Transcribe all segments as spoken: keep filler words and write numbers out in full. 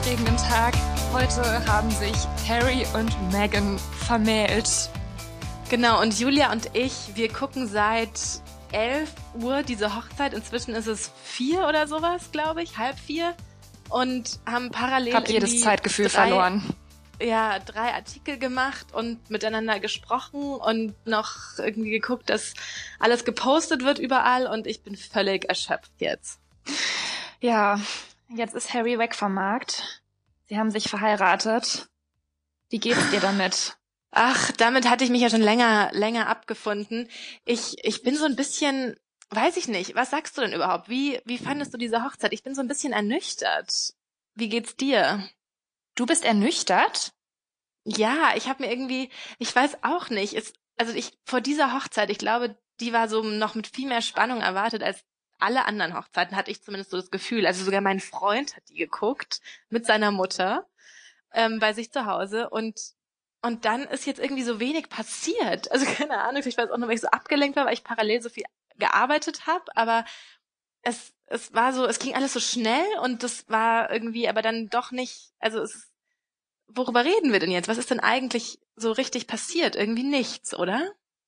aufregenden Tag. Heute haben sich Harry und Meghan vermählt. Genau, und Julia und ich, wir gucken seit elf Uhr diese Hochzeit. Inzwischen ist es vier oder sowas, glaube ich, halb vier. Und haben parallel Hab jedes Zeitgefühl drei, verloren. Ja, drei Artikel gemacht und miteinander gesprochen und noch irgendwie geguckt, dass alles gepostet wird überall. Und ich bin völlig erschöpft jetzt. Ja, jetzt ist Harry weg vom Markt. Sie haben sich verheiratet. Wie geht's dir damit? Ach, damit hatte ich mich ja schon länger, länger abgefunden. Ich, ich bin so ein bisschen, weiß ich nicht, was sagst du denn überhaupt? Wie, wie fandest du diese Hochzeit? Ich bin so ein bisschen ernüchtert. Wie geht's dir? Du bist ernüchtert? Ja, ich habe mir irgendwie, ich weiß auch nicht, es, also ich, vor dieser Hochzeit, ich glaube, die war so noch mit viel mehr Spannung erwartet als alle anderen Hochzeiten, hatte ich zumindest so das Gefühl. Also sogar mein Freund hat die geguckt mit seiner Mutter ähm, bei sich zu Hause und Und dann ist jetzt irgendwie so wenig passiert. Also keine Ahnung, ich weiß auch nur, weil ich so abgelenkt war, weil ich parallel so viel gearbeitet habe. Aber es es war so, es ging alles so schnell und das war irgendwie aber dann doch nicht, also es ist, worüber reden wir denn jetzt? Was ist denn eigentlich so richtig passiert? Irgendwie nichts, oder?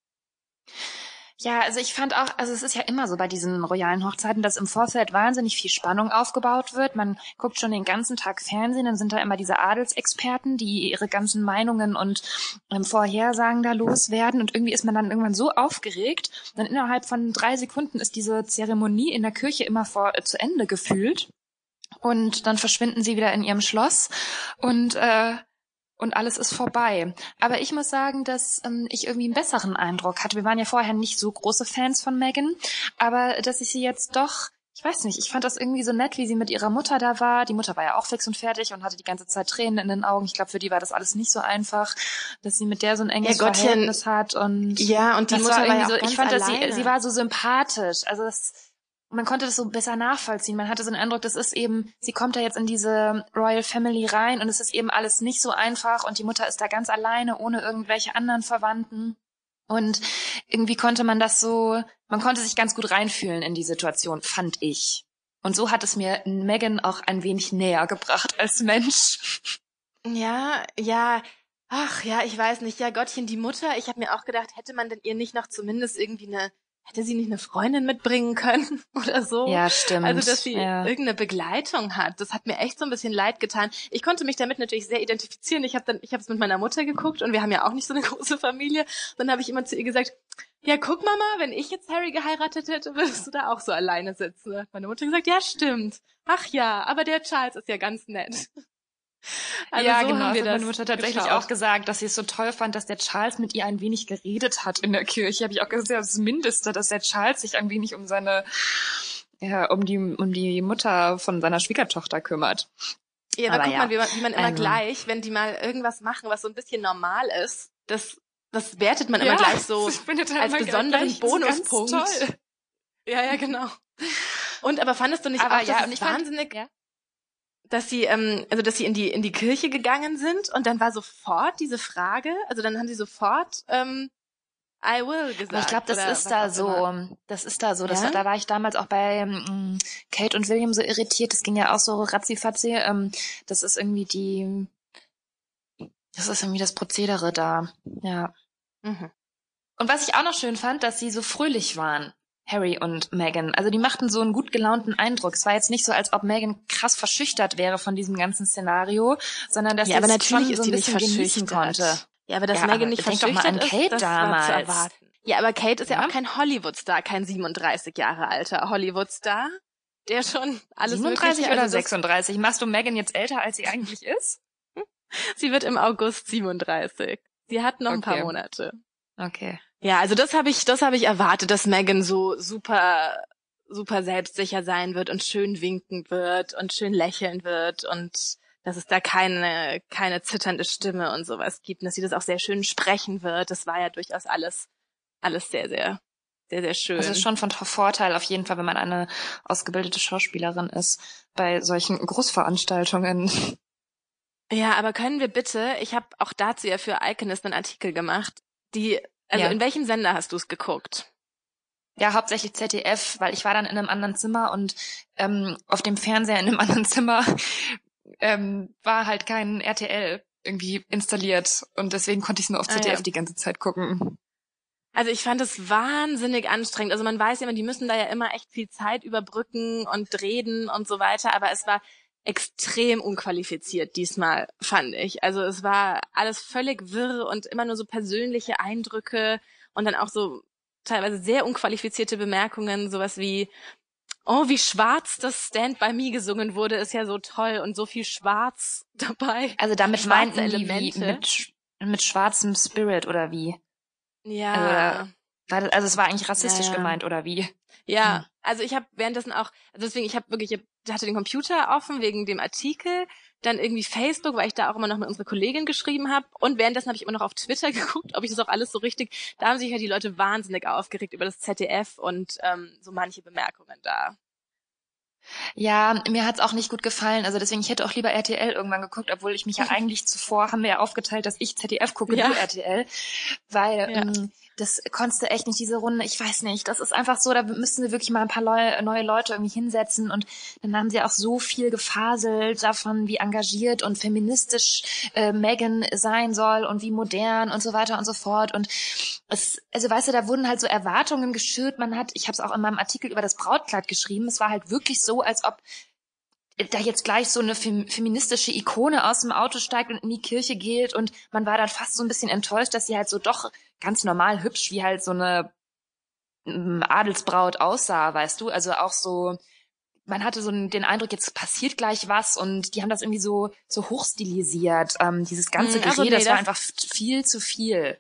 Ja, also ich fand auch, also es ist ja immer so bei diesen royalen Hochzeiten, dass im Vorfeld wahnsinnig viel Spannung aufgebaut wird. Man guckt schon den ganzen Tag Fernsehen, dann sind da immer diese Adelsexperten, die ihre ganzen Meinungen und ähm, Vorhersagen da loswerden und irgendwie ist man dann irgendwann so aufgeregt, dann innerhalb von drei Sekunden ist diese Zeremonie in der Kirche immer vor äh, zu Ende gefühlt und dann verschwinden sie wieder in ihrem Schloss und äh, Und alles ist vorbei. Aber ich muss sagen, dass ähm, ich irgendwie einen besseren Eindruck hatte. Wir waren ja vorher nicht so große Fans von Meghan, aber dass ich sie jetzt doch, ich weiß nicht, ich fand das irgendwie so nett, wie sie mit ihrer Mutter da war. Die Mutter war ja auch fix und fertig und hatte die ganze Zeit Tränen in den Augen. Ich glaube, für die war das alles nicht so einfach, dass sie mit der so ein enges Ja, Gottchen, Verhältnis hat. Und ja, und die das Mutter war war irgendwie ja auch so, ganz ich fand, dass sie, alleine. sie war so sympathisch. Also das man konnte das so besser nachvollziehen. Man hatte so den Eindruck, das ist eben, sie kommt da jetzt in diese Royal Family rein und es ist eben alles nicht so einfach und die Mutter ist da ganz alleine, ohne irgendwelche anderen Verwandten. Und irgendwie konnte man das so, man konnte sich ganz gut reinfühlen in die Situation, fand ich. Und so hat es mir Meghan auch ein wenig näher gebracht als Mensch. Ja, ja, ach ja, ich weiß nicht. Ja, Gottchen, die Mutter, ich habe mir auch gedacht, hätte man denn ihr nicht noch zumindest irgendwie eine, hätte sie nicht eine Freundin mitbringen können oder so? Ja, stimmt. Also, dass sie ja. irgendeine Begleitung hat. Das hat mir echt so ein bisschen leid getan. Ich konnte mich damit natürlich sehr identifizieren. Ich habe dann, ich habe es mit meiner Mutter geguckt und wir haben ja auch nicht so eine große Familie. Dann habe ich immer zu ihr gesagt, ja, guck Mama, wenn ich jetzt Harry geheiratet hätte, würdest du da auch so alleine sitzen. Hat meine Mutter gesagt, ja, stimmt. Ach ja, aber der Charles ist ja ganz nett. Also ja, so genau. Haben wir das hat meine Mutter tatsächlich geschaut. Auch gesagt, dass sie es so toll fand, dass der Charles mit ihr ein wenig geredet hat in der Kirche. Habe ich auch gesagt, das Mindeste, dass der Charles sich ein wenig um seine, ja, um die, um die Mutter von seiner Schwiegertochter kümmert. Ja, aber, aber guck ja. mal, wie man, wie man immer ähm. gleich, wenn die mal irgendwas machen, was so ein bisschen normal ist, das, das wertet man ja, immer gleich so als besonderen Bonuspunkt. Toll. Ja, ja, genau. Und aber fandest du nicht aber auch, ja, dass es wahnsinnig... Fand, ja? dass sie ähm, also dass sie in die in die Kirche gegangen sind und dann war sofort diese Frage, also dann haben sie sofort ähm, I will gesagt. Aber ich glaube, das ist da so, immer. das ist da so, das ja? war, da war ich damals auch bei ähm, Kate und William so irritiert, das ging ja auch so ratzifatzi, ähm, das ist irgendwie die, das ist irgendwie das Prozedere da, ja. Mhm. Und was ich auch noch schön fand, dass sie so fröhlich waren. Harry und Meghan. Also die machten so einen gut gelaunten Eindruck. Es war jetzt nicht so, als ob Meghan krass verschüchtert wäre von diesem ganzen Szenario, sondern dass ja, sie aber es schon natürlich so ein bisschen genießen konnte. Ja, aber dass ja, Meghan nicht verschüchtert doch mal an Kate ist, das damals. war zu erwarten. Ja, aber Kate ist ja, ja auch kein Hollywood-Star, kein siebenunddreißig Jahre alter Hollywood-Star, der schon alles siebenunddreißig mögliche... oder also sechsunddreißig? Machst du Meghan jetzt älter, als sie eigentlich ist? Sie wird im August siebenunddreißig. Sie hat noch okay. ein paar Monate. Okay. Ja, also das habe ich, das habe ich erwartet, dass Meghan so super, super selbstsicher sein wird und schön winken wird und schön lächeln wird und dass es da keine, keine zitternde Stimme und sowas gibt und dass sie das auch sehr schön sprechen wird. Das war ja durchaus alles, alles sehr, sehr, sehr, sehr schön. Also ist schon von Vorteil auf jeden Fall, wenn man eine ausgebildete Schauspielerin ist bei solchen Großveranstaltungen. Ja, aber können wir bitte, ich habe auch dazu ja für Iconist einen Artikel gemacht, die Also ja. In welchem Sender hast du es geguckt? Ja, hauptsächlich Z D F, weil ich war dann in einem anderen Zimmer und ähm, auf dem Fernseher in einem anderen Zimmer ähm, war halt kein R T L irgendwie installiert und deswegen konnte ich nur auf Z D F ah, ja. die ganze Zeit gucken. Also ich fand es wahnsinnig anstrengend. Also man weiß ja immer, die müssen da ja immer echt viel Zeit überbrücken und reden und so weiter, aber es war extrem unqualifiziert diesmal, fand ich. Also es war alles völlig wirr und immer nur so persönliche Eindrücke und dann auch so teilweise sehr unqualifizierte Bemerkungen, sowas wie, oh, wie schwarz das Stand By Me gesungen wurde, ist ja so toll und so viel Schwarz dabei. Also damit meinten Elemente. Die mit, mit schwarzem Spirit oder wie? Ja. Also, also es war eigentlich rassistisch ja, ja. gemeint, oder wie? Ja, hm. also ich habe währenddessen auch, also deswegen, ich habe wirklich, ich hatte den Computer offen wegen dem Artikel, dann irgendwie Facebook, weil ich da auch immer noch mit unserer Kollegin geschrieben habe und währenddessen habe ich immer noch auf Twitter geguckt, ob ich das auch alles so richtig, da haben sich ja die Leute wahnsinnig aufgeregt über das Z D F und ähm, so manche Bemerkungen da. Ja, mir hat's auch nicht gut gefallen. Also deswegen, ich hätte auch lieber R T L irgendwann geguckt, obwohl ich mich ja eigentlich zuvor, haben wir ja aufgeteilt, dass ich Z D F gucke, ja. du R T L. Weil ja. ähm, das konntest du echt nicht, diese Runde, ich weiß nicht, das ist einfach so, da müssten sie wirklich mal ein paar Leu- neue Leute irgendwie hinsetzen und dann haben sie auch so viel gefaselt davon, wie engagiert und feministisch äh, Meghan sein soll und wie modern und so weiter und so fort und es, also weißt du, da wurden halt so Erwartungen geschürt, man hat, ich habe es auch in meinem Artikel über das Brautkleid geschrieben, es war halt wirklich so, als ob da jetzt gleich so eine fem- feministische Ikone aus dem Auto steigt und in die Kirche geht und man war dann fast so ein bisschen enttäuscht, dass sie halt so doch ganz normal hübsch wie halt so eine ähm, Adelsbraut aussah, weißt du, also auch so, man hatte so den Eindruck, jetzt passiert gleich was und die haben das irgendwie so so hochstilisiert, ähm, dieses ganze Gerede, also nee, das, das war einfach viel zu viel.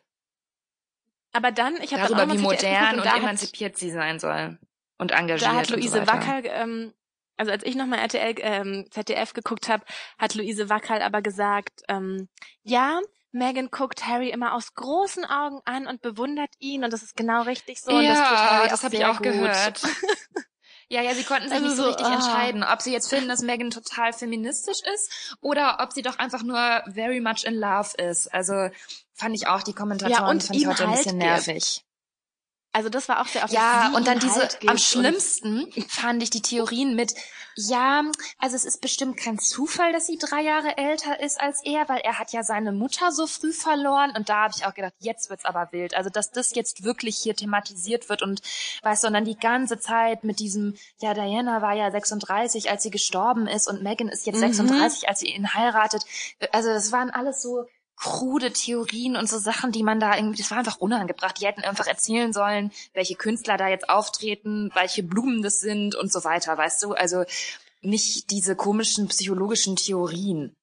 Aber dann, ich habe darüber, dann auch wie modern und, und emanzipiert hat, sie sein soll und engagiert. Da hat Luise und so Wackerl, ähm, also als ich nochmal R T L, ähm, Z D F geguckt habe, hat Luise Wackerl aber gesagt, ähm, ja, Meghan guckt Harry immer aus großen Augen an und bewundert ihn und das ist genau richtig so. Ja, und das tut Harry das habe ich auch gut. gehört. Ja, ja, sie konnten sich also nicht so, so richtig oh. entscheiden, ob sie jetzt finden, dass Meghan total feministisch ist oder ob sie doch einfach nur very much in love ist. Also fand ich auch die Kommentatoren ja, und fand ich heute halt ein bisschen nervig. Also das war auch sehr oft. Ja, und dann diese, halt am schlimmsten fand ich die Theorien mit, ja, also es ist bestimmt kein Zufall, dass sie drei Jahre älter ist als er, weil er hat ja seine Mutter so früh verloren und da habe ich auch gedacht, jetzt wird's aber wild. Also dass das jetzt wirklich hier thematisiert wird und weißt du, und dann die ganze Zeit mit diesem, ja, Diana war ja sechsunddreißig, als sie gestorben ist und Meghan ist jetzt mhm. sechsunddreißig, als sie ihn heiratet. Also das waren alles so krude Theorien und so Sachen, die man da irgendwie, das war einfach unangebracht. Die hätten einfach erzählen sollen, welche Künstler da jetzt auftreten, welche Blumen das sind und so weiter, weißt du? Also nicht diese komischen psychologischen Theorien.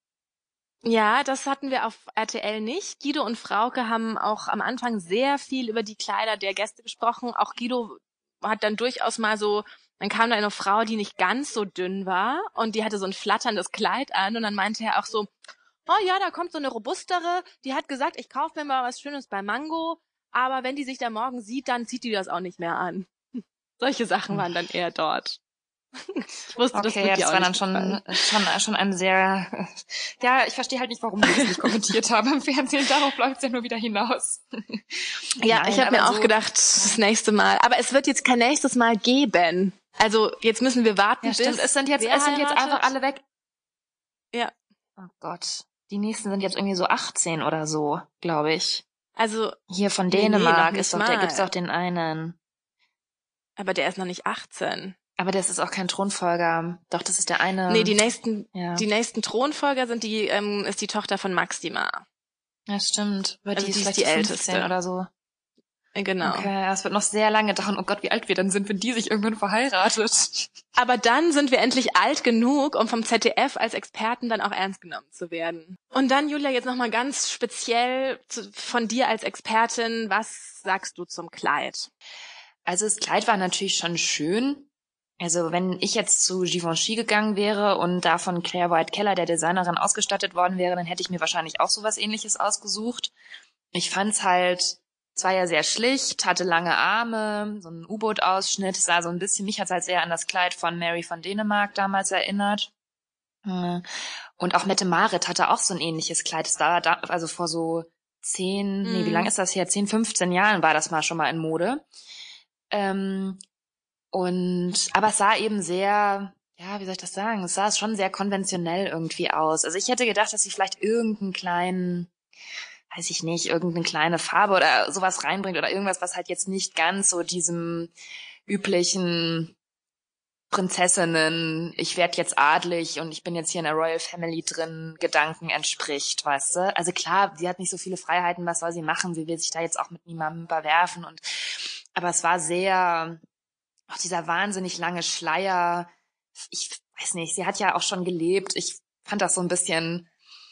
Ja, das hatten wir auf R T L nicht. Guido und Frauke haben auch am Anfang sehr viel über die Kleider der Gäste gesprochen. Auch Guido hat dann durchaus mal so, dann kam da eine Frau, die nicht ganz so dünn war und die hatte so ein flatterndes Kleid an und dann meinte er auch so, oh ja, da kommt so eine robustere, die hat gesagt, ich kaufe mir mal was Schönes bei Mango, aber wenn die sich da morgen sieht, dann zieht die das auch nicht mehr an. Solche Sachen waren dann eher dort. Ich wusste, okay, das, ja, das war dann schon, schon schon ein sehr, ja, ich verstehe halt nicht, warum die das nicht kommentiert haben im Fernsehen, darauf läuft's ja nur wieder hinaus. Ja, Nein, ich habe mir auch so gedacht, das nächste Mal, aber es wird jetzt kein nächstes Mal geben. Also jetzt müssen wir warten, ja, bis stimmt. Es sind jetzt, es sind jetzt einfach alle weg. Ja. Oh Gott. Die nächsten sind jetzt irgendwie so achtzehn oder so, glaube ich. Also hier von Dänemark nee, ist doch, der gibt's doch den einen. Aber der ist noch nicht achtzehn. Aber das ist auch kein Thronfolger. Doch, das ist der eine. Nee, die nächsten, ja. die nächsten Thronfolger sind die, ähm, ist die Tochter von Maxima. Ja, stimmt. Weil also die ist die vielleicht ist die älteste oder so. Genau. Okay, es wird noch sehr lange dauern. Oh Gott, wie alt wir dann sind, wenn die sich irgendwann verheiratet. Aber dann sind wir endlich alt genug, um vom Z D F als Experten dann auch ernst genommen zu werden. Und dann, Julia, jetzt nochmal ganz speziell zu, von dir als Expertin, was sagst du zum Kleid? Also das Kleid war natürlich schon schön. Also wenn ich jetzt zu Givenchy gegangen wäre und da von Claire White Keller, der Designerin, ausgestattet worden wäre, dann hätte ich mir wahrscheinlich auch sowas Ähnliches ausgesucht. Ich fand's halt, es war ja sehr schlicht, hatte lange Arme, so ein U-Boot-Ausschnitt, sah so ein bisschen, mich hat's halt sehr an das Kleid von Mary von Dänemark damals erinnert. Und auch Mette Marit hatte auch so ein ähnliches Kleid. Das war da, also vor so zehn, mm. nee, wie lang ist das her? zehn, fünfzehn Jahren war das mal schon mal in Mode. Ähm, und, aber es sah eben sehr, ja, wie soll ich das sagen? Es sah schon sehr konventionell irgendwie aus. Also ich hätte gedacht, dass sie vielleicht irgendeinen kleinen, weiß ich nicht, irgendeine kleine Farbe oder sowas reinbringt oder irgendwas, was halt jetzt nicht ganz so diesem üblichen Prinzessinnen, ich werde jetzt adlig und ich bin jetzt hier in der Royal Family drin, Gedanken entspricht, weißt du? Also klar, sie hat nicht so viele Freiheiten, was soll sie machen? Sie will sich da jetzt auch mit niemandem überwerfen und, aber es war sehr, auch dieser wahnsinnig lange Schleier, ich weiß nicht, sie hat ja auch schon gelebt, ich fand das so ein bisschen,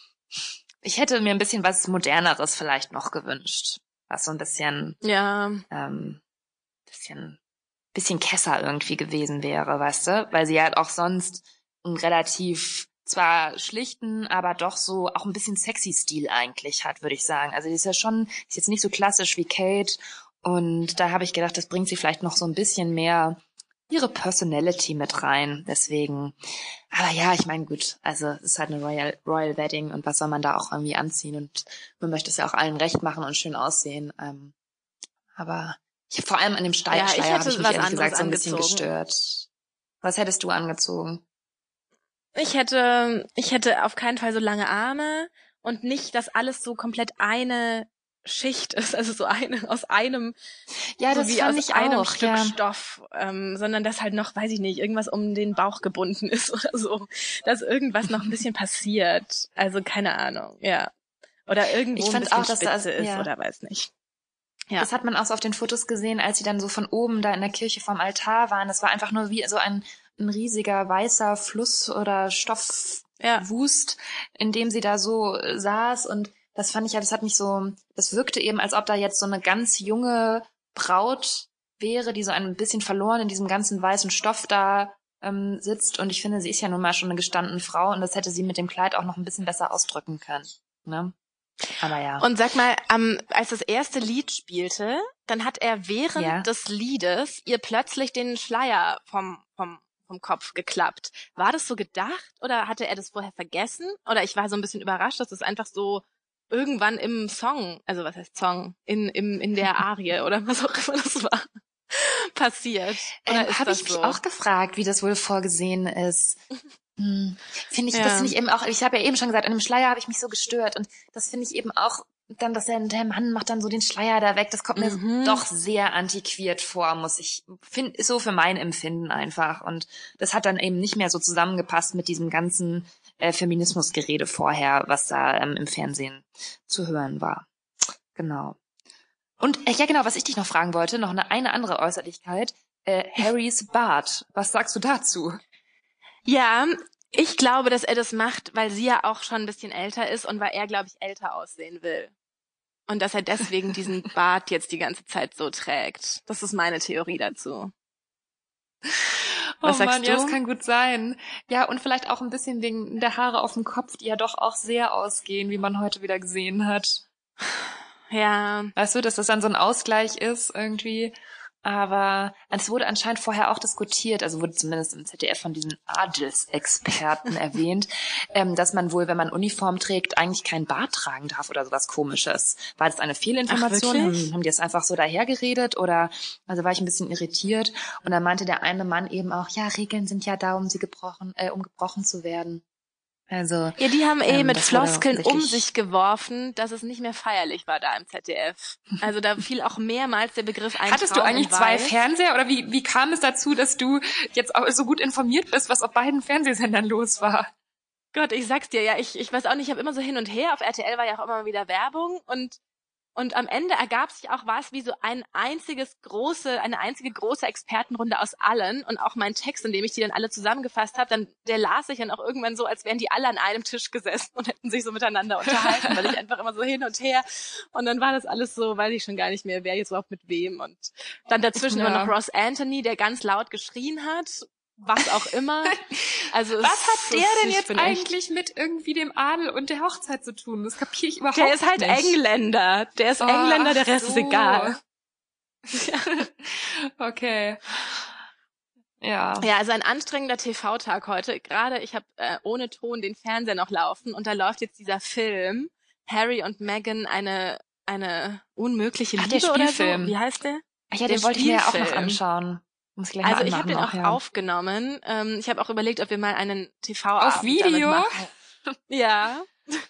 ich hätte mir ein bisschen was Moderneres vielleicht noch gewünscht, was so ein bisschen, Ja, ähm, bisschen bisschen Kesser irgendwie gewesen wäre, weißt du? Weil sie halt auch sonst einen relativ zwar schlichten, aber doch so auch ein bisschen sexy Stil eigentlich hat, würde ich sagen. Also die ist ja schon, ist jetzt nicht so klassisch wie Kate und da habe ich gedacht, das bringt sie vielleicht noch so ein bisschen mehr ihre Personality mit rein. Deswegen, aber ja, ich meine, gut, also es ist halt eine Royal, Royal Wedding und was soll man da auch irgendwie anziehen und man möchte es ja auch allen recht machen und schön aussehen. Ähm, aber ich, vor allem an dem Ste- ja, ich Schleier habe hätte ich mich was ehrlich gesagt anderes so ein bisschen angezogen. gestört. Was hättest du angezogen? Ich hätte, ich hätte auf keinen Fall so lange Arme und nicht, dass alles so komplett eine Schicht ist, also so eine aus einem, Ja, so das wie fand aus ich einem auch, Stück ja. Stoff, ähm, sondern dass halt noch, weiß ich nicht, irgendwas um den Bauch gebunden ist oder so, dass irgendwas noch ein bisschen passiert. Also keine Ahnung, ja. Oder irgendwo Ich ein fand bisschen auch, dass das, spitze ist ja, oder weiß nicht. Ja. das hat man auch so auf den Fotos gesehen, als sie dann so von oben da in der Kirche vom Altar waren. Das war einfach nur wie so ein, ein riesiger weißer Fluss oder Ja. Stoffwust, in dem sie da so äh, saß. Und das fand ich ja, das hat mich so, das wirkte eben, als ob da jetzt so eine ganz junge Braut wäre, die so ein bisschen verloren in diesem ganzen weißen Stoff da ähm, sitzt. Und ich finde, sie ist ja nun mal schon eine gestandene Frau und das hätte sie mit dem Kleid auch noch ein bisschen besser ausdrücken können. Ne? Aber ja. Und sag mal, ähm, als das erste Lied spielte, dann hat er während Ja. des Liedes ihr plötzlich den Schleier vom, vom, vom Kopf geklappt. War das so gedacht oder hatte er das vorher vergessen? Oder ich war so ein bisschen überrascht, dass es einfach so irgendwann im Song, also was heißt Song, in, im, in der Arie oder was auch immer das war, passiert. Oder Ähm, ist habe das ich mich so? auch gefragt, wie das wohl vorgesehen ist. Hm. Finde ich, das Ja. finde ich eben auch, ich habe ja eben schon gesagt, an dem Schleier habe ich mich so gestört und das finde ich eben auch dann, dass der, der Mann macht dann so den Schleier da weg, das kommt mir Mhm. doch sehr antiquiert vor, muss ich, find, ist so für mein Empfinden einfach und das hat dann eben nicht mehr so zusammengepasst mit diesem ganzen äh, Feminismusgerede vorher, was da ähm, im Fernsehen zu hören war. Genau. Und äh, ja genau, was ich dich noch fragen wollte, noch eine, eine andere Äußerlichkeit, äh, Harrys Bart, was sagst du dazu? Ja, ich glaube, dass er das macht, weil sie ja auch schon ein bisschen älter ist und weil er, glaube ich, älter aussehen will. Und dass er deswegen diesen Bart jetzt die ganze Zeit so trägt. Das ist meine Theorie dazu. Was oh sagst Mann, du? ja, das kann gut sein. Ja, und vielleicht auch ein bisschen wegen der Haare auf dem Kopf, die ja doch auch sehr ausgehen, wie man heute wieder gesehen hat. Ja. Weißt du, dass das dann so ein Ausgleich ist irgendwie. Aber es wurde anscheinend vorher auch diskutiert, also wurde zumindest im Z D F von diesen Adelsexperten erwähnt, ähm, dass man wohl, wenn man Uniform trägt, eigentlich keinen Bart tragen darf oder sowas Komisches. War das eine Fehlinformation? Ach, wirklich? haben, haben die das einfach so dahergeredet oder, also war ich ein bisschen irritiert. Und dann meinte der eine Mann eben auch, ja, Regeln sind ja da, um sie gebrochen, äh, um gebrochen zu werden. Also, Ja, die haben eh ähm, mit das wurde Floskeln um offensichtlich- sich geworfen, dass es nicht mehr feierlich war da im Z D F. Also da fiel auch mehrmals der Begriff ein Hattest Traum du eigentlich in zwei Weiß. Fernseher oder wie, wie kam es dazu, dass du jetzt auch so gut informiert bist, was auf beiden Fernsehsendern los war? Gott, ich sag's dir, ja, ich, ich weiß auch nicht, ich habe immer so hin und her. Auf R T L war ja auch immer wieder Werbung und Und am Ende ergab sich auch was wie so ein einziges große, eine einzige große Expertenrunde aus allen und auch mein Text, in dem ich die dann alle zusammengefasst habe, dann der las sich dann auch irgendwann so, als wären die alle an einem Tisch gesessen und hätten sich so miteinander unterhalten, weil ich einfach immer so hin und her und dann war das alles so, weiß ich schon gar nicht mehr, wer jetzt überhaupt mit wem und dann dazwischen Ja. immer noch Ross Anthony, der ganz laut geschrien hat, was auch immer. Also es, Was hat der es, denn ich jetzt bin echt- eigentlich mit irgendwie dem Adel und der Hochzeit zu tun? Das kapiere ich überhaupt Der ist halt nicht. Engländer. Der ist Oh, Engländer, der ach Rest ist so. egal. Okay. Ja. Ja, also ein anstrengender T V-Tag heute. Gerade ich habe äh, ohne Ton den Fernseher noch laufen und da läuft jetzt dieser Film Harry und Meghan eine eine unmögliche Ach, der Liebe oder so. Spielfilm. Wie heißt der? Ach ja, Der den wollte ich mir ja auch noch Spielfilm. anschauen. Muss ich gleich Also mal ich habe den anmachen auch ja. aufgenommen. Ähm, ich habe auch überlegt, ob wir mal einen T V-Abend Auf Video? damit machen. Ja.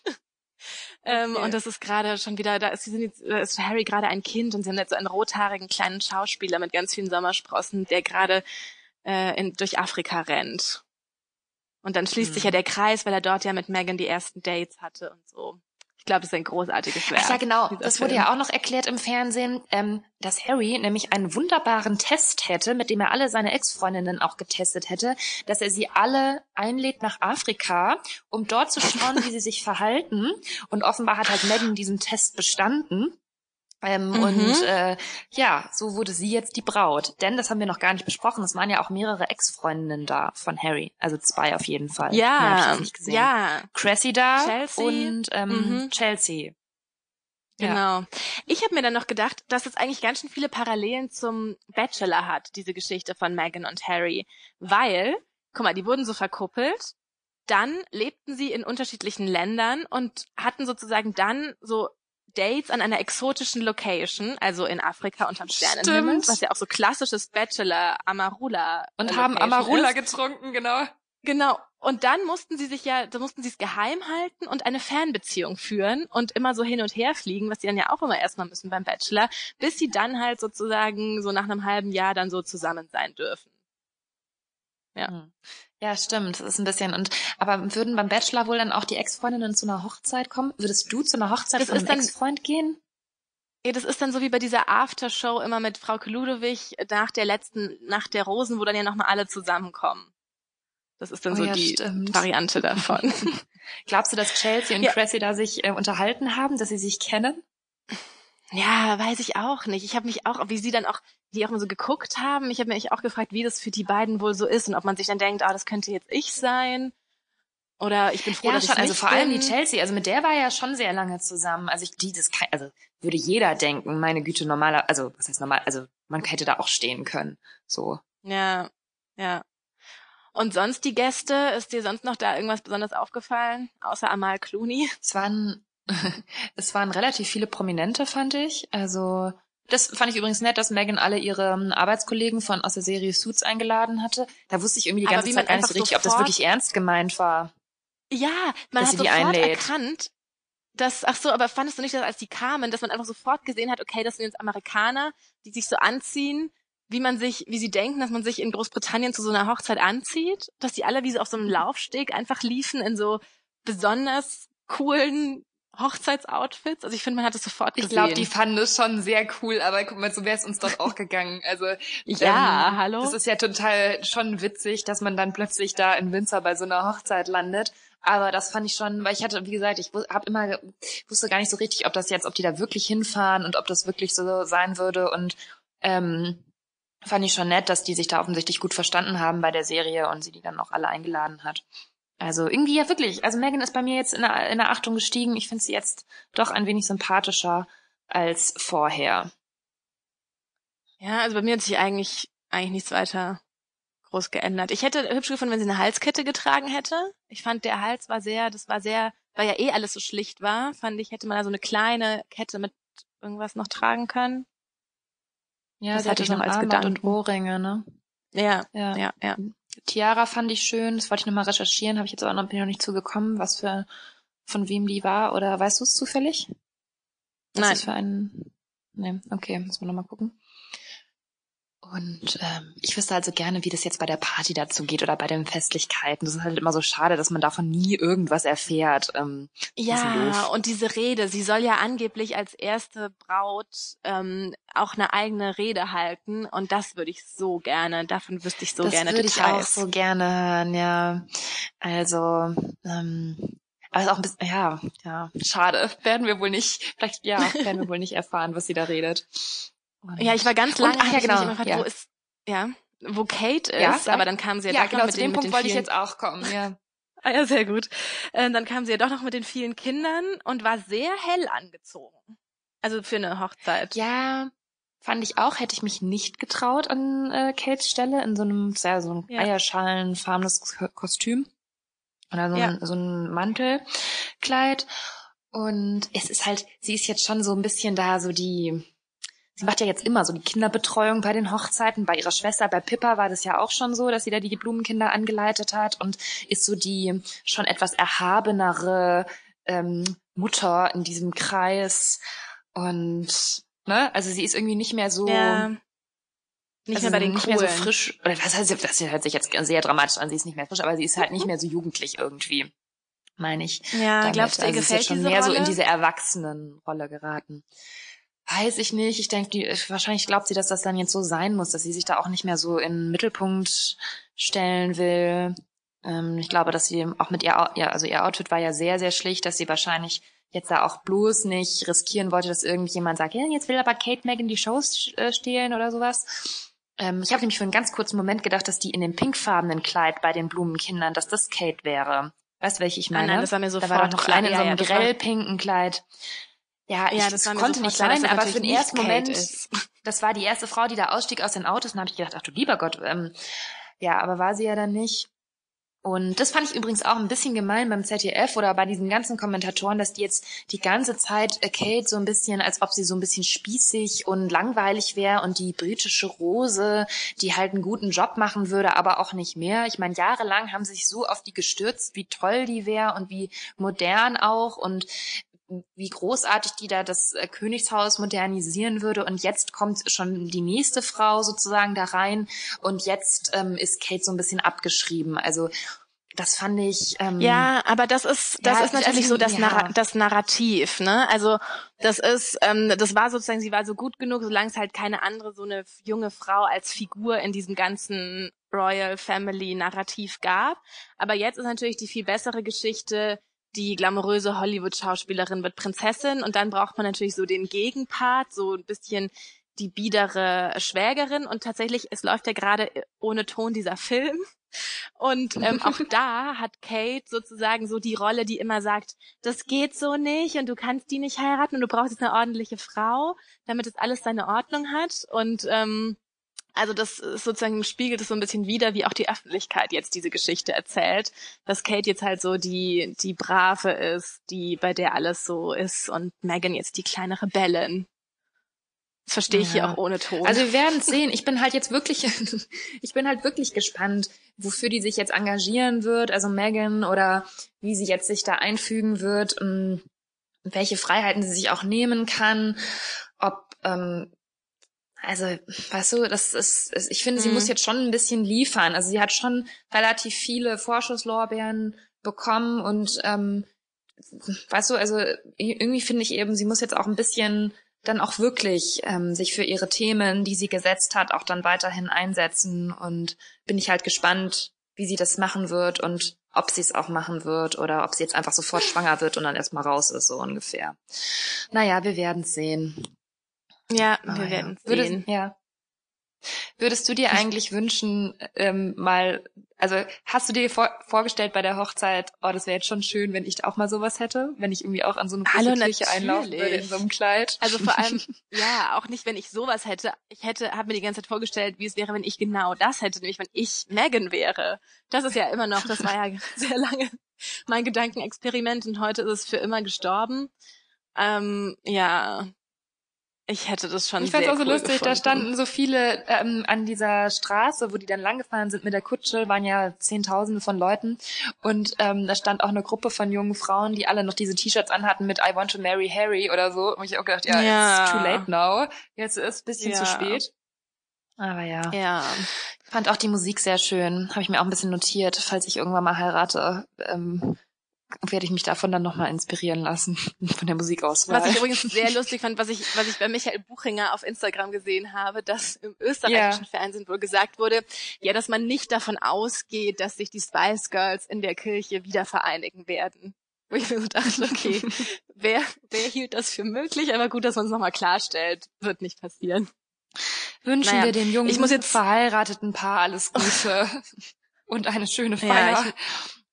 ähm, Okay. und das ist gerade schon wieder, da ist, sie sind jetzt, da ist für Harry gerade ein Kind und sie haben jetzt so einen rothaarigen kleinen Schauspieler mit ganz vielen Sommersprossen, der gerade äh, in, durch Afrika rennt. Und dann schließt Hm. sich ja der Kreis, weil er dort ja mit Meghan die ersten Dates hatte und so. Ich glaube, das ist ein großartiges Werk. Ach ja, genau. dieser Das Film. wurde ja auch noch erklärt im Fernsehen, ähm, dass Harry nämlich einen wunderbaren Test hätte, mit dem er alle seine Ex-Freundinnen auch getestet hätte, dass er sie alle einlädt nach Afrika, um dort zu schauen, wie sie sich verhalten. Und offenbar hat halt Meghan diesen Test bestanden. Ähm, Mhm. Und äh, ja, so wurde sie jetzt die Braut. Denn, das haben wir noch gar nicht besprochen, es waren ja auch mehrere Ex-Freundinnen da von Harry. Also zwei auf jeden Fall. Mehr hab ich Ja, jetzt nicht gesehen. ja, Cressida Chelsea. und ähm, Mhm. Chelsea. Ja. Genau. Ich habe mir dann noch gedacht, dass es eigentlich ganz schön viele Parallelen zum Bachelor hat, diese Geschichte von Meghan und Harry. Weil, guck mal, die wurden so verkuppelt, dann lebten sie in unterschiedlichen Ländern und hatten sozusagen dann so Dates an einer exotischen Location, also in Afrika unterm Sternenhimmel, Stimmt. was ja auch so klassisches Bachelor Amarula Und äh, haben Location Amarula ist. getrunken, genau. Genau. Und dann mussten sie sich ja, da mussten sie es geheim halten und eine Fernbeziehung führen und immer so hin und her fliegen, was sie dann ja auch immer erstmal müssen beim Bachelor, bis sie dann halt sozusagen so nach einem halben Jahr dann so zusammen sein dürfen. Ja. Hm. Ja, stimmt. Das ist ein bisschen. Und aber würden beim Bachelor wohl dann auch die Ex-Freundinnen zu einer Hochzeit kommen? Würdest du zu einer Hochzeit Das von ist einem dann- Ex-Freund gehen? Ja, das ist dann so wie bei dieser Aftershow immer mit Frau Ludewig nach der letzten Nacht der Rosen, wo dann ja nochmal alle zusammenkommen. Das ist dann Oh so ja, die stimmt. Variante davon. Glaubst du, dass Chelsea und Ja. Cressida sich äh, unterhalten haben, dass sie sich kennen? Ja, weiß ich auch nicht. Ich habe mich auch, wie sie dann auch, die auch immer so geguckt haben, ich habe mich auch gefragt, wie das für die beiden wohl so ist und ob man sich dann denkt, ah, das könnte jetzt ich sein. Oder ich bin froh, Ja, dass schon. ich Also nicht vor allem die bin. Chelsea. Also mit der war ja schon sehr lange zusammen. Also ich, die, das kann, also würde jeder denken, meine Güte, normaler, also was heißt normal? Also man hätte da auch stehen können. So. Ja, ja. Und sonst die Gäste, ist dir sonst noch da irgendwas besonders aufgefallen? Außer Amal Clooney? Es waren, es waren relativ viele Prominente, fand ich. Also, das fand ich übrigens nett, dass Meghan alle ihre ähm, Arbeitskollegen von aus der Serie Suits eingeladen hatte. Da wusste ich irgendwie die Aber ganze wie Zeit man gar nicht so einfach richtig, ob das sofort- wirklich ernst gemeint war. Ja, man Dass hat sie die sofort einlädt. erkannt, dass, ach so, aber fandest du nicht, dass als die kamen, dass man einfach sofort gesehen hat, okay, das sind jetzt Amerikaner, die sich so anziehen, wie man sich, wie sie denken, dass man sich in Großbritannien zu so einer Hochzeit anzieht, dass die alle wie so auf so einem Laufsteg einfach liefen in so besonders coolen Hochzeitsoutfits. Also ich finde, man hat es sofort Ich gesehen. glaube, die fanden es schon sehr cool, aber guck mal, so wäre es uns dort auch gegangen. Also Ja, ähm, hallo? Das ist ja total schon witzig, dass man dann plötzlich da in Windsor bei so einer Hochzeit landet. Aber das fand ich schon, weil ich hatte, wie gesagt, ich habe immer wusste gar nicht so richtig, ob das jetzt, ob die da wirklich hinfahren und ob das wirklich so sein würde. Und ähm, fand ich schon nett, dass die sich da offensichtlich gut verstanden haben bei der Serie und sie die dann auch alle eingeladen hat. Also irgendwie ja wirklich. Also Meghan ist bei mir jetzt in der, in der Achtung gestiegen. Ich finde sie jetzt doch ein wenig sympathischer als vorher. Ja, also bei mir hat sich eigentlich, eigentlich nichts weiter groß geändert. Ich hätte hübsch gefunden, wenn sie eine Halskette getragen hätte. Ich fand, der Hals war sehr, das war sehr, weil ja eh alles so schlicht war, fand ich, hätte man da so eine kleine Kette mit irgendwas noch tragen können. Ja, Das sie hatte hatte ich so noch ein als Armband und Gedanken. Ohrringe, ne? Ja, Ja. ja, ja. Tiara fand ich schön. Das wollte ich nochmal recherchieren. Habe ich jetzt aber noch, bin noch nicht zugekommen, was für, von wem die war. Oder weißt du es zufällig? Was Nein. ist für ein, nee, okay, müssen wir nochmal gucken. Und ähm, ich wüsste also gerne, wie das jetzt bei der Party dazu geht oder bei den Festlichkeiten. Das ist halt immer so schade, dass man davon nie irgendwas erfährt. Ähm, Ja, und diese Rede, sie soll ja angeblich als erste Braut ähm, auch eine eigene Rede halten und das würde ich so gerne, davon wüsste ich so das gerne würde ich Details. auch so gerne hören, ja. Also, ähm, aber es ist auch ein bisschen, ja, ja, schade. Werden wir wohl nicht, vielleicht, ja, werden wir wohl nicht erfahren, was sie da redet. Und, Ja, ich war ganz und, lange, ach hab ja, ich genau, mich immer gefragt, ja. wo ist, ja, wo Kate ist, Ja, sag. aber dann kam sie ja, Ja, doch genau, noch mit zu den, dem mit Punkt den wollte ich vielen, jetzt auch kommen, ja. ah ja, sehr gut. Ähm, dann kam sie ja doch noch mit den vielen Kindern und war sehr hell angezogen. Also für eine Hochzeit. Ja, fand ich auch, hätte ich mich nicht getraut an äh, Kates Stelle in so einem, ja, so ein Ja. eierschalenfarbenes K- Kostüm. Oder so ein, Ja. so ein Mantelkleid. Und es ist halt, sie ist jetzt schon so ein bisschen da, so die, sie macht ja jetzt immer so die Kinderbetreuung bei den Hochzeiten. Bei ihrer Schwester, bei Pippa war das ja auch schon so, dass sie da die Blumenkinder angeleitet hat und ist so die schon etwas erhabenere ähm, Mutter in diesem Kreis. Und, ne, also sie ist irgendwie nicht mehr so... Ja. Nicht also mehr bei den nicht Coolen. mehr so frisch, oder was heißt, das hört sich jetzt sehr dramatisch an, sie ist nicht mehr frisch, aber sie ist halt nicht mehr so jugendlich irgendwie, meine ich. Ja, damit. glaubst du, ihr also sie ist gefällt jetzt schon diese mehr Rolle? so in diese Erwachsenenrolle geraten. Weiß ich nicht, ich denke, die, wahrscheinlich glaubt sie, dass das dann jetzt so sein muss, dass sie sich da auch nicht mehr so in den Mittelpunkt stellen will. Ähm, ich glaube, dass sie auch mit ihr, ja, also ihr Outfit war ja sehr, sehr schlicht, dass sie wahrscheinlich jetzt da auch bloß nicht riskieren wollte, dass irgendjemand sagt, ja, jetzt will aber Kate Meghan die Shows äh, stehlen oder sowas. Ähm, ich habe nämlich für einen ganz kurzen Moment gedacht, dass die in dem pinkfarbenen Kleid bei den Blumenkindern, dass das Kate wäre. Weißt du, welche ich meine? Ah, nein, das war mir da sofort war doch noch klar. eine in Ja, so einem ja, das war- grell pinken Kleid. Ja, ich Ja, das war mir konnte sofort nicht klar, dass sein, das aber für den natürlich ersten nicht Moment, Kate ist. das war die erste Frau, die da ausstieg aus den Autos, und da habe ich gedacht, ach du lieber Gott, ähm, ja, aber war sie ja dann nicht. Und das fand ich übrigens auch ein bisschen gemein beim Z D F oder bei diesen ganzen Kommentatoren, dass die jetzt die ganze Zeit äh, Kate so ein bisschen, als ob sie so ein bisschen spießig und langweilig wäre und die britische Rose, die halt einen guten Job machen würde, aber auch nicht mehr. Ich meine, jahrelang haben sie sich so auf die gestürzt, wie toll die wäre und wie modern auch und wie großartig die da das äh, Königshaus modernisieren würde. Und jetzt kommt schon die nächste Frau sozusagen da rein und jetzt ähm, ist Kate so ein bisschen abgeschrieben. Also das fand ich... Ähm, Ja, aber das ist das ja, ist natürlich also, so das, ja. Narra- das Narrativ, ne? Also das ist, ähm, das war sozusagen, sie war so gut genug, solange es halt keine andere so eine junge Frau als Figur in diesem ganzen Royal Family Narrativ gab. Aber jetzt ist natürlich die viel bessere Geschichte, die glamouröse Hollywood-Schauspielerin wird Prinzessin und dann braucht man natürlich so den Gegenpart, so ein bisschen die biedere Schwägerin und tatsächlich, es läuft ja gerade ohne Ton dieser Film und ähm, auch da hat Kate sozusagen so die Rolle, die immer sagt, das geht so nicht und du kannst die nicht heiraten und du brauchst jetzt eine ordentliche Frau, damit es alles seine Ordnung hat und ähm, also das ist sozusagen spiegelt es so ein bisschen wider, wie auch die Öffentlichkeit jetzt diese Geschichte erzählt, dass Kate jetzt halt so die die Brave ist, die bei der alles so ist und Meghan jetzt die kleine Rebellin. Das verstehe ich Ja. hier auch ohne Ton. Also wir werden es sehen. Ich bin halt jetzt wirklich, ich bin halt wirklich gespannt, wofür die sich jetzt engagieren wird, also Meghan, oder wie sie jetzt sich da einfügen wird, um, welche Freiheiten sie sich auch nehmen kann, ob ähm, also, weißt du, das ist, ist ich finde, sie Mhm. muss jetzt schon ein bisschen liefern. Also sie hat schon relativ viele Vorschusslorbeeren bekommen und ähm, weißt du, also irgendwie finde ich eben, sie muss jetzt auch ein bisschen dann auch wirklich ähm, sich für ihre Themen, die sie gesetzt hat, auch dann weiterhin einsetzen und bin ich halt gespannt, wie sie das machen wird und ob sie es auch machen wird oder ob sie jetzt einfach sofort schwanger wird und dann erstmal raus ist, so ungefähr. Naja, wir werden es sehen. Ja, Aber wir ja. werden Würdest, sehen. ja. Würdest du dir eigentlich wünschen, ähm, mal, also hast du dir vor, vorgestellt bei der Hochzeit, oh, das wäre jetzt schon schön, wenn ich auch mal sowas hätte, wenn ich irgendwie auch an so eine große Hallo, Kirche einlaufen würde in so einem Kleid? Also vor allem, ja, auch nicht, wenn ich sowas hätte. Ich hätte, habe mir die ganze Zeit vorgestellt, wie es wäre, wenn ich genau das hätte, nämlich wenn ich Meghan wäre. Das ist ja immer noch, das war ja sehr lange mein Gedankenexperiment und heute ist es für immer gestorben. Ähm, ja, ich hätte das schon Ich sehr fand's auch so cool lustig, gefunden. da standen so viele ähm, an dieser Straße, wo die dann langgefahren sind mit der Kutsche, waren ja Zehntausende von Leuten und ähm, da stand auch eine Gruppe von jungen Frauen, die alle noch diese T-Shirts anhatten mit I want to marry Harry oder so und ich auch gedacht, ja, Ja. it's too late now, jetzt ist ein bisschen Ja. zu spät. Aber ja. Ja. Ich fand auch die Musik sehr schön, habe ich mir auch ein bisschen notiert, falls ich irgendwann mal heirate, ähm, werde ich mich davon dann nochmal inspirieren lassen, von der Musikauswahl. Was ich übrigens sehr lustig fand, was ich, was ich bei Michael Buchinger auf Instagram gesehen habe, dass im österreichischen Ja. Fernsehen wohl gesagt wurde, ja, dass man nicht davon ausgeht, dass sich die Spice Girls in der Kirche wieder vereinigen werden. Wo ich mir so dachte, okay, wer, wer hielt das für möglich? Aber gut, dass man es nochmal klarstellt, wird nicht passieren. Wünschen Naja, wir dem jungen, ich muss jetzt- verheirateten Paar alles Gute und eine schöne Ja, Feier. ich-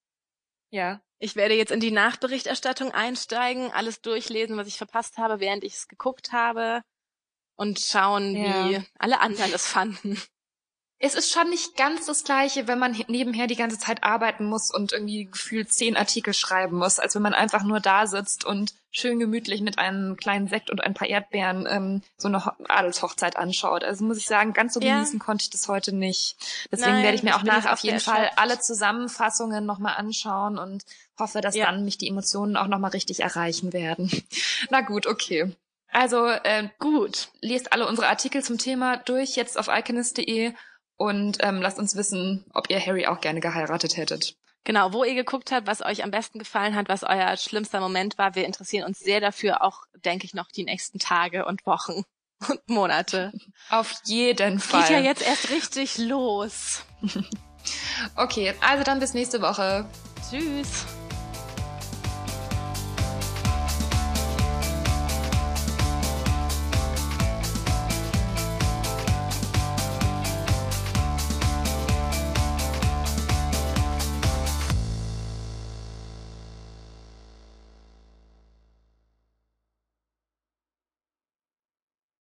Ja. Ich werde jetzt in die Nachberichterstattung einsteigen, alles durchlesen, was ich verpasst habe, während ich es geguckt habe und schauen, Ja. wie alle anderen es fanden. Es ist schon nicht ganz das Gleiche, wenn man nebenher die ganze Zeit arbeiten muss und irgendwie gefühlt zehn Artikel schreiben muss, als wenn man einfach nur da sitzt und schön gemütlich mit einem kleinen Sekt und ein paar Erdbeeren ähm, so eine Ho- Adelshochzeit anschaut. Also muss ich sagen, ganz so Ja. genießen konnte ich das heute nicht. Deswegen Nein, werde ich mir ich auch bin nach jetzt auch auf jeden sehr Fall erschöpft. alle Zusammenfassungen nochmal anschauen und hoffe, dass Ja. dann mich die Emotionen auch nochmal richtig erreichen werden. Na gut, okay. Also äh, Gut. lest alle unsere Artikel zum Thema durch, jetzt auf alchemist punkt de und ähm, lasst uns wissen, ob ihr Harry auch gerne geheiratet hättet. Genau, wo ihr geguckt habt, was euch am besten gefallen hat, was euer schlimmster Moment war. Wir interessieren uns sehr dafür, auch, denke ich, noch die nächsten Tage und Wochen und Monate. Auf jeden Fall. Geht ja jetzt erst richtig los. Okay, also dann bis nächste Woche. Tschüss.